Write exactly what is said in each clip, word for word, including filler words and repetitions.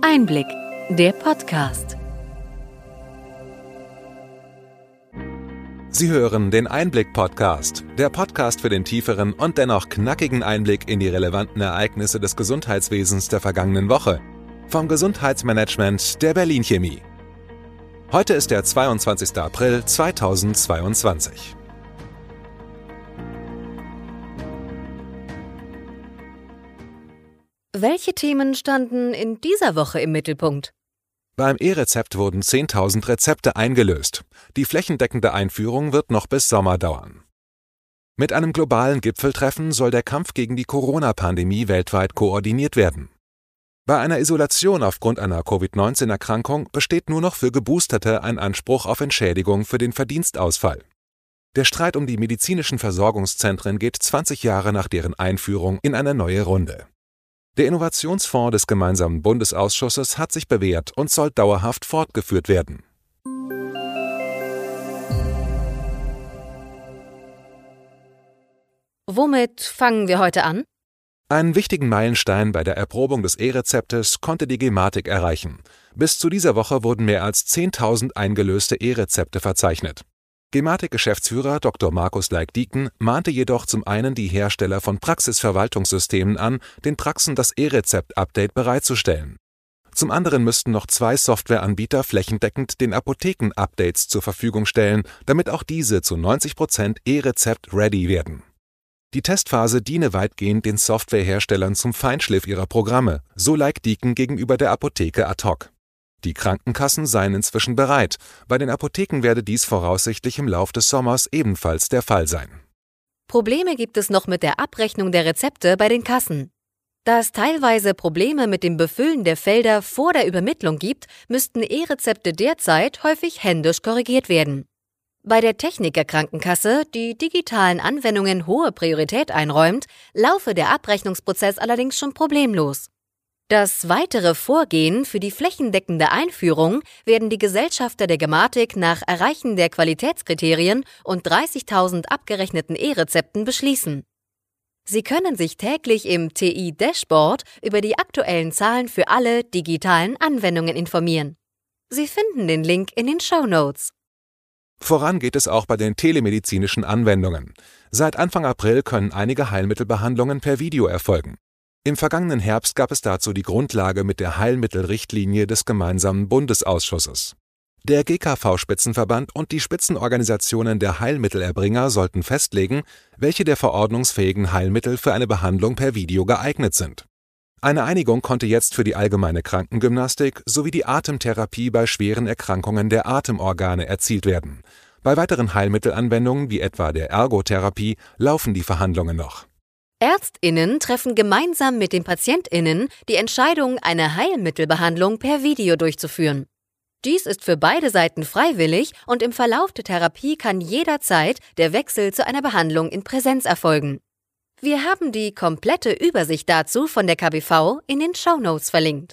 Einblick, der Podcast. Sie hören den Einblick-Podcast, der Podcast für den tieferen und dennoch knackigen Einblick in die relevanten Ereignisse des Gesundheitswesens der vergangenen Woche. Vom Gesundheitsmanagement der Berlin Chemie. Heute ist der zweiundzwanzigster April zweitausendzweiundzwanzig. Welche Themen standen in dieser Woche im Mittelpunkt? Beim E-Rezept wurden zehntausend Rezepte eingelöst. Die flächendeckende Einführung wird noch bis Sommer dauern. Mit einem globalen Gipfeltreffen soll der Kampf gegen die Corona-Pandemie weltweit koordiniert werden. Bei einer Isolation aufgrund einer Covid neunzehn Erkrankung besteht nur noch für Geboosterte ein Anspruch auf Entschädigung für den Verdienstausfall. Der Streit um die medizinischen Versorgungszentren geht zwanzig Jahre nach deren Einführung in eine neue Runde. Der Innovationsfonds des gemeinsamen Bundesausschusses hat sich bewährt und soll dauerhaft fortgeführt werden. Womit fangen wir heute an? Einen wichtigen Meilenstein bei der Erprobung des E-Rezeptes konnte die Gematik erreichen. Bis zu dieser Woche wurden mehr als zehntausend eingelöste E-Rezepte verzeichnet. Gematik-Geschäftsführer Doktor Markus Laik-Dieken mahnte jedoch zum einen die Hersteller von Praxisverwaltungssystemen an, den Praxen das E-Rezept-Update bereitzustellen. Zum anderen müssten noch zwei Softwareanbieter flächendeckend den Apotheken Updates zur Verfügung stellen, damit auch diese zu neunzig Prozent E-Rezept-ready werden. Die Testphase diene weitgehend den Softwareherstellern zum Feinschliff ihrer Programme, so Laik-Dieken gegenüber der Apotheke ad hoc. Die Krankenkassen seien inzwischen bereit. Bei den Apotheken werde dies voraussichtlich im Lauf des Sommers ebenfalls der Fall sein. Probleme gibt es noch mit der Abrechnung der Rezepte bei den Kassen. Da es teilweise Probleme mit dem Befüllen der Felder vor der Übermittlung gibt, müssten E-Rezepte derzeit häufig händisch korrigiert werden. Bei der Techniker Krankenkasse, die digitalen Anwendungen hohe Priorität einräumt, laufe der Abrechnungsprozess allerdings schon problemlos. Das weitere Vorgehen für die flächendeckende Einführung werden die Gesellschafter der Gematik nach Erreichen der Qualitätskriterien und dreißigtausend abgerechneten E-Rezepten beschließen. Sie können sich täglich im T I-Dashboard über die aktuellen Zahlen für alle digitalen Anwendungen informieren. Sie finden den Link in den Shownotes. Voran geht es auch bei den telemedizinischen Anwendungen. Seit Anfang April können einige Heilmittelbehandlungen per Video erfolgen. Im vergangenen Herbst gab es dazu die Grundlage mit der Heilmittelrichtlinie des gemeinsamen Bundesausschusses. Der G K V-Spitzenverband und die Spitzenorganisationen der Heilmittelerbringer sollten festlegen, welche der verordnungsfähigen Heilmittel für eine Behandlung per Video geeignet sind. Eine Einigung konnte jetzt für die allgemeine Krankengymnastik sowie die Atemtherapie bei schweren Erkrankungen der Atemorgane erzielt werden. Bei weiteren Heilmittelanwendungen wie etwa der Ergotherapie laufen die Verhandlungen noch. ÄrztInnen treffen gemeinsam mit den PatientInnen die Entscheidung, eine Heilmittelbehandlung per Video durchzuführen. Dies ist für beide Seiten freiwillig und im Verlauf der Therapie kann jederzeit der Wechsel zu einer Behandlung in Präsenz erfolgen. Wir haben die komplette Übersicht dazu von der K B V in den Shownotes verlinkt.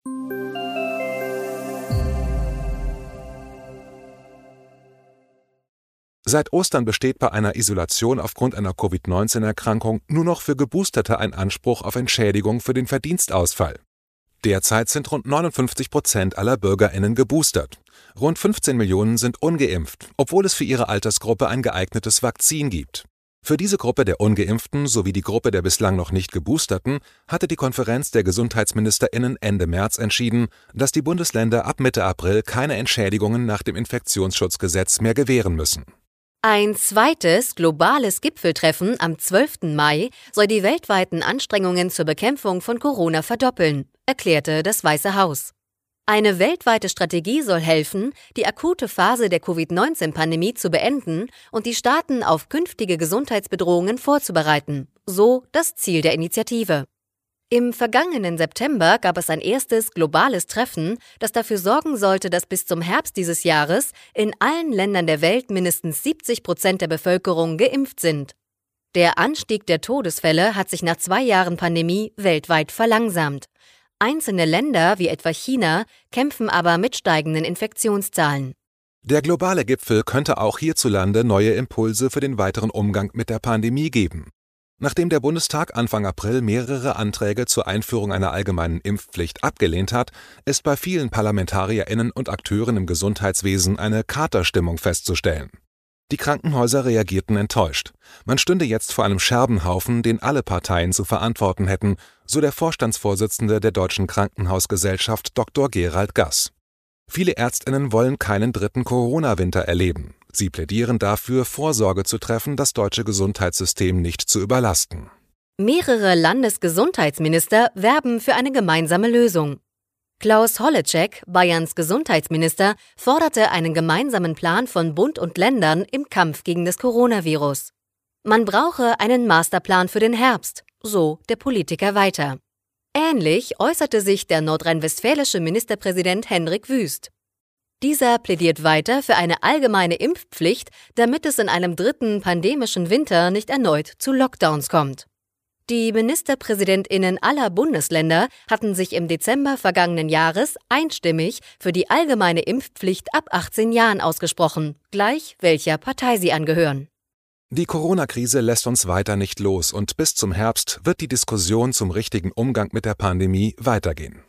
Seit Ostern besteht bei einer Isolation aufgrund einer Covid neunzehn Erkrankung nur noch für Geboosterte ein Anspruch auf Entschädigung für den Verdienstausfall. Derzeit sind rund neunundfünfzig Prozent aller BürgerInnen geboostert. Rund fünfzehn Millionen sind ungeimpft, obwohl es für ihre Altersgruppe ein geeignetes Vakzin gibt. Für diese Gruppe der Ungeimpften sowie die Gruppe der bislang noch nicht Geboosterten hatte die Konferenz der GesundheitsministerInnen Ende März entschieden, dass die Bundesländer ab Mitte April keine Entschädigungen nach dem Infektionsschutzgesetz mehr gewähren müssen. Ein zweites globales Gipfeltreffen am zwölften Mai soll die weltweiten Anstrengungen zur Bekämpfung von Corona verdoppeln, erklärte das Weiße Haus. Eine weltweite Strategie soll helfen, die akute Phase der Covid neunzehn Pandemie zu beenden und die Staaten auf künftige Gesundheitsbedrohungen vorzubereiten, so das Ziel der Initiative. Im vergangenen September gab es ein erstes globales Treffen, das dafür sorgen sollte, dass bis zum Herbst dieses Jahres in allen Ländern der Welt mindestens siebzig Prozent der Bevölkerung geimpft sind. Der Anstieg der Todesfälle hat sich nach zwei Jahren Pandemie weltweit verlangsamt. Einzelne Länder, wie etwa China, kämpfen aber mit steigenden Infektionszahlen. Der globale Gipfel könnte auch hierzulande neue Impulse für den weiteren Umgang mit der Pandemie geben. Nachdem der Bundestag Anfang April mehrere Anträge zur Einführung einer allgemeinen Impfpflicht abgelehnt hat, ist bei vielen ParlamentarierInnen und Akteuren im Gesundheitswesen eine Katerstimmung festzustellen. Die Krankenhäuser reagierten enttäuscht. Man stünde jetzt vor einem Scherbenhaufen, den alle Parteien zu verantworten hätten, so der Vorstandsvorsitzende der Deutschen Krankenhausgesellschaft Doktor Gerald Gass. Viele ÄrztInnen wollen keinen dritten Corona-Winter erleben. Sie plädieren dafür, Vorsorge zu treffen, das deutsche Gesundheitssystem nicht zu überlasten. Mehrere Landesgesundheitsminister werben für eine gemeinsame Lösung. Klaus Holleczek, Bayerns Gesundheitsminister, forderte einen gemeinsamen Plan von Bund und Ländern im Kampf gegen das Coronavirus. Man brauche einen Masterplan für den Herbst, so der Politiker weiter. Ähnlich äußerte sich der nordrhein-westfälische Ministerpräsident Hendrik Wüst. Dieser plädiert weiter für eine allgemeine Impfpflicht, damit es in einem dritten pandemischen Winter nicht erneut zu Lockdowns kommt. Die MinisterpräsidentInnen aller Bundesländer hatten sich im Dezember vergangenen Jahres einstimmig für die allgemeine Impfpflicht ab achtzehn Jahren ausgesprochen, gleich welcher Partei sie angehören. Die Corona-Krise lässt uns weiter nicht los und bis zum Herbst wird die Diskussion zum richtigen Umgang mit der Pandemie weitergehen.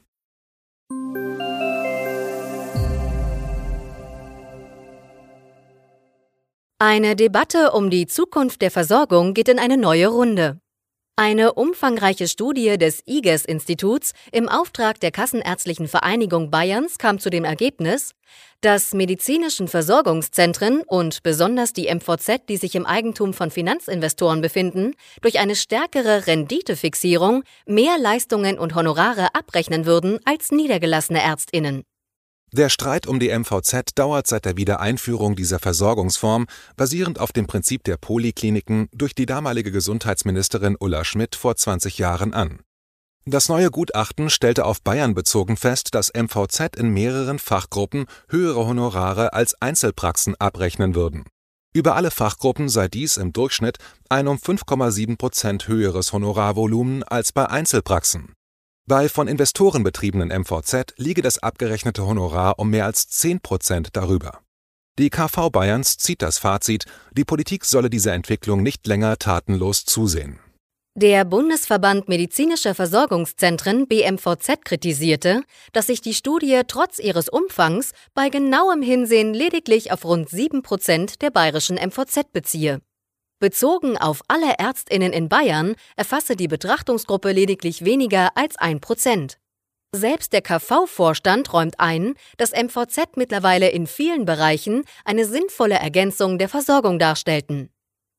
Eine Debatte um die Zukunft der Versorgung geht in eine neue Runde. Eine umfangreiche Studie des I G E S-Instituts im Auftrag der Kassenärztlichen Vereinigung Bayerns kam zu dem Ergebnis, dass medizinischen Versorgungszentren und besonders die M V Z, die sich im Eigentum von Finanzinvestoren befinden, durch eine stärkere Renditefixierung mehr Leistungen und Honorare abrechnen würden als niedergelassene ÄrztInnen. Der Streit um die M V Z dauert seit der Wiedereinführung dieser Versorgungsform, basierend auf dem Prinzip der Polikliniken, durch die damalige Gesundheitsministerin Ulla Schmidt vor zwanzig Jahren an. Das neue Gutachten stellte auf Bayern bezogen fest, dass M V Z in mehreren Fachgruppen höhere Honorare als Einzelpraxen abrechnen würden. Über alle Fachgruppen sei dies im Durchschnitt ein um fünf Komma sieben Prozent höheres Honorarvolumen als bei Einzelpraxen. Bei von Investoren betriebenen M V Z liege das abgerechnete Honorar um mehr als zehn Prozent darüber. Die K V Bayerns zieht das Fazit, die Politik solle dieser Entwicklung nicht länger tatenlos zusehen. Der Bundesverband Medizinischer Versorgungszentren B M V Z kritisierte, dass sich die Studie trotz ihres Umfangs bei genauem Hinsehen lediglich auf rund sieben Prozent der bayerischen M V Z beziehe. Bezogen auf alle ÄrztInnen in Bayern erfasse die Betrachtungsgruppe lediglich weniger als ein Prozent. Selbst der K V-Vorstand räumt ein, dass M V Z mittlerweile in vielen Bereichen eine sinnvolle Ergänzung der Versorgung darstellten.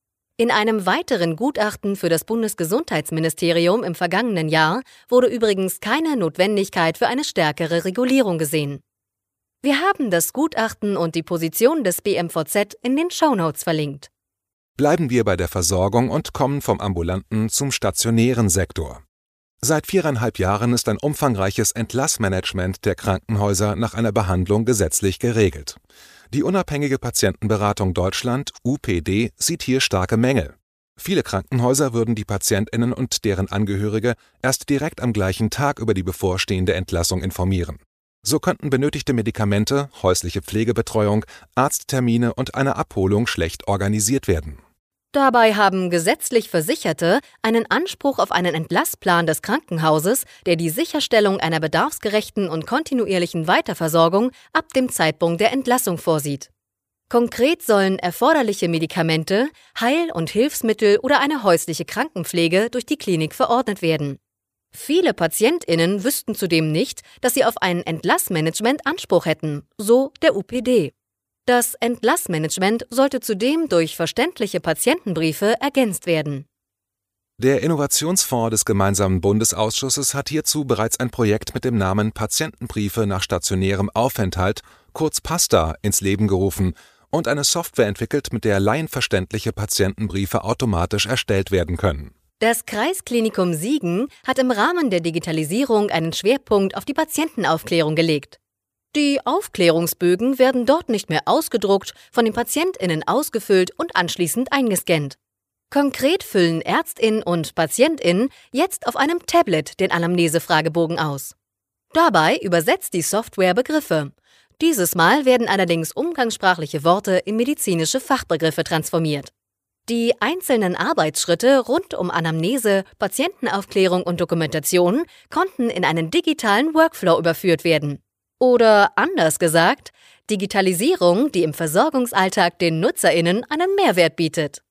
In einem weiteren Gutachten für das Bundesgesundheitsministerium im vergangenen Jahr wurde übrigens keine Notwendigkeit für eine stärkere Regulierung gesehen. Wir haben das Gutachten und die Position des B M V Z in den Shownotes verlinkt. Bleiben wir bei der Versorgung und kommen vom ambulanten zum stationären Sektor. Seit viereinhalb Jahren ist ein umfangreiches Entlassmanagement der Krankenhäuser nach einer Behandlung gesetzlich geregelt. Die unabhängige Patientenberatung Deutschland, U P D, sieht hier starke Mängel. Viele Krankenhäuser würden die PatientInnen und deren Angehörige erst direkt am gleichen Tag über die bevorstehende Entlassung informieren. So könnten benötigte Medikamente, häusliche Pflegebetreuung, Arzttermine und eine Abholung schlecht organisiert werden. Dabei haben gesetzlich Versicherte einen Anspruch auf einen Entlassplan des Krankenhauses, der die Sicherstellung einer bedarfsgerechten und kontinuierlichen Weiterversorgung ab dem Zeitpunkt der Entlassung vorsieht. Konkret sollen erforderliche Medikamente, Heil- und Hilfsmittel oder eine häusliche Krankenpflege durch die Klinik verordnet werden. Viele PatientInnen wüssten zudem nicht, dass sie auf ein Entlassmanagement Anspruch hätten, so der U P D. Das Entlassmanagement sollte zudem durch verständliche Patientenbriefe ergänzt werden. Der Innovationsfonds des gemeinsamen Bundesausschusses hat hierzu bereits ein Projekt mit dem Namen Patientenbriefe nach stationärem Aufenthalt, kurz PASTA, ins Leben gerufen und eine Software entwickelt, mit der laienverständliche Patientenbriefe automatisch erstellt werden können. Das Kreisklinikum Siegen hat im Rahmen der Digitalisierung einen Schwerpunkt auf die Patientenaufklärung gelegt. Die Aufklärungsbögen werden dort nicht mehr ausgedruckt, von den PatientInnen ausgefüllt und anschließend eingescannt. Konkret füllen ÄrztInnen und PatientInnen jetzt auf einem Tablet den Anamnese-Fragebogen aus. Dabei übersetzt die Software Begriffe. Dieses Mal werden allerdings umgangssprachliche Worte in medizinische Fachbegriffe transformiert. Die einzelnen Arbeitsschritte rund um Anamnese, Patientenaufklärung und Dokumentation konnten in einen digitalen Workflow überführt werden. Oder anders gesagt, Digitalisierung, die im Versorgungsalltag den NutzerInnen einen Mehrwert bietet.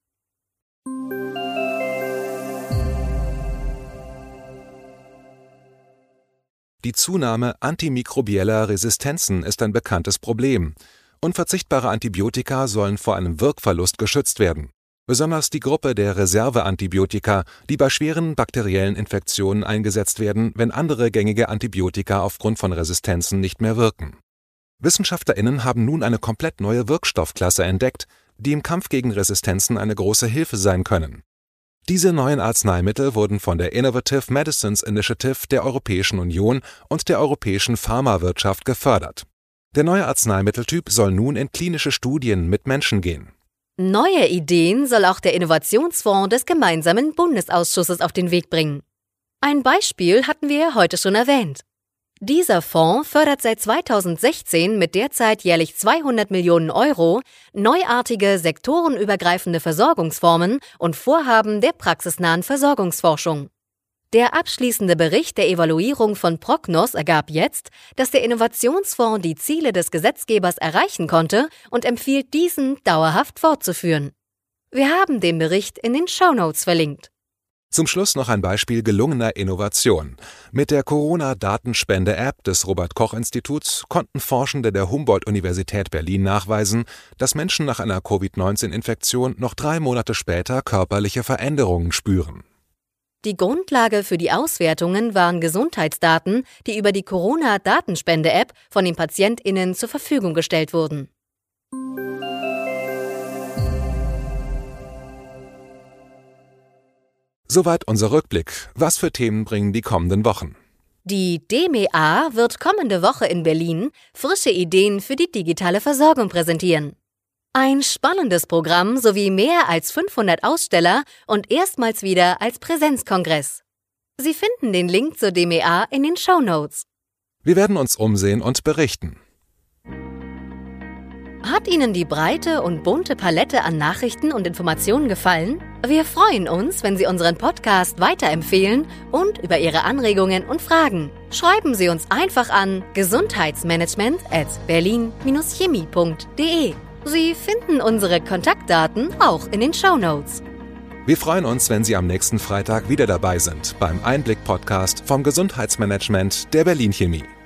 Die Zunahme antimikrobieller Resistenzen ist ein bekanntes Problem. Unverzichtbare Antibiotika sollen vor einem Wirkverlust geschützt werden. Besonders die Gruppe der Reserveantibiotika, die bei schweren bakteriellen Infektionen eingesetzt werden, wenn andere gängige Antibiotika aufgrund von Resistenzen nicht mehr wirken. WissenschaftlerInnen haben nun eine komplett neue Wirkstoffklasse entdeckt, die im Kampf gegen Resistenzen eine große Hilfe sein können. Diese neuen Arzneimittel wurden von der Innovative Medicines Initiative der Europäischen Union und der europäischen Pharmawirtschaft gefördert. Der neue Arzneimitteltyp soll nun in klinische Studien mit Menschen gehen. Neue Ideen soll auch der Innovationsfonds des gemeinsamen Bundesausschusses auf den Weg bringen. Ein Beispiel hatten wir heute schon erwähnt. Dieser Fonds fördert seit zweitausendsechzehn mit derzeit jährlich zweihundert Millionen Euro neuartige sektorenübergreifende Versorgungsformen und Vorhaben der praxisnahen Versorgungsforschung. Der abschließende Bericht der Evaluierung von Prognos ergab jetzt, dass der Innovationsfonds die Ziele des Gesetzgebers erreichen konnte und empfiehlt, diesen dauerhaft fortzuführen. Wir haben den Bericht in den Shownotes verlinkt. Zum Schluss noch ein Beispiel gelungener Innovation. Mit der Corona-Datenspende-App des Robert-Koch-Instituts konnten Forschende der Humboldt-Universität Berlin nachweisen, dass Menschen nach einer Covid neunzehn Infektion noch drei Monate später körperliche Veränderungen spüren. Die Grundlage für die Auswertungen waren Gesundheitsdaten, die über die Corona-Datenspende-App von den PatientInnen zur Verfügung gestellt wurden. Soweit unser Rückblick. Was für Themen bringen die kommenden Wochen? Die D M E A wird kommende Woche in Berlin frische Ideen für die digitale Versorgung präsentieren. Ein spannendes Programm sowie mehr als fünfhundert Aussteller und erstmals wieder als Präsenzkongress. Sie finden den Link zur D M E A in den Shownotes. Wir werden uns umsehen und berichten. Hat Ihnen die breite und bunte Palette an Nachrichten und Informationen gefallen? Wir freuen uns, wenn Sie unseren Podcast weiterempfehlen und über Ihre Anregungen und Fragen. Schreiben Sie uns einfach an gesundheitsmanagement at berlin Bindestrich chemie Punkt de. Sie finden unsere Kontaktdaten auch in den Shownotes. Wir freuen uns, wenn Sie am nächsten Freitag wieder dabei sind beim Einblick-Podcast vom Gesundheitsmanagement der Berlin Chemie.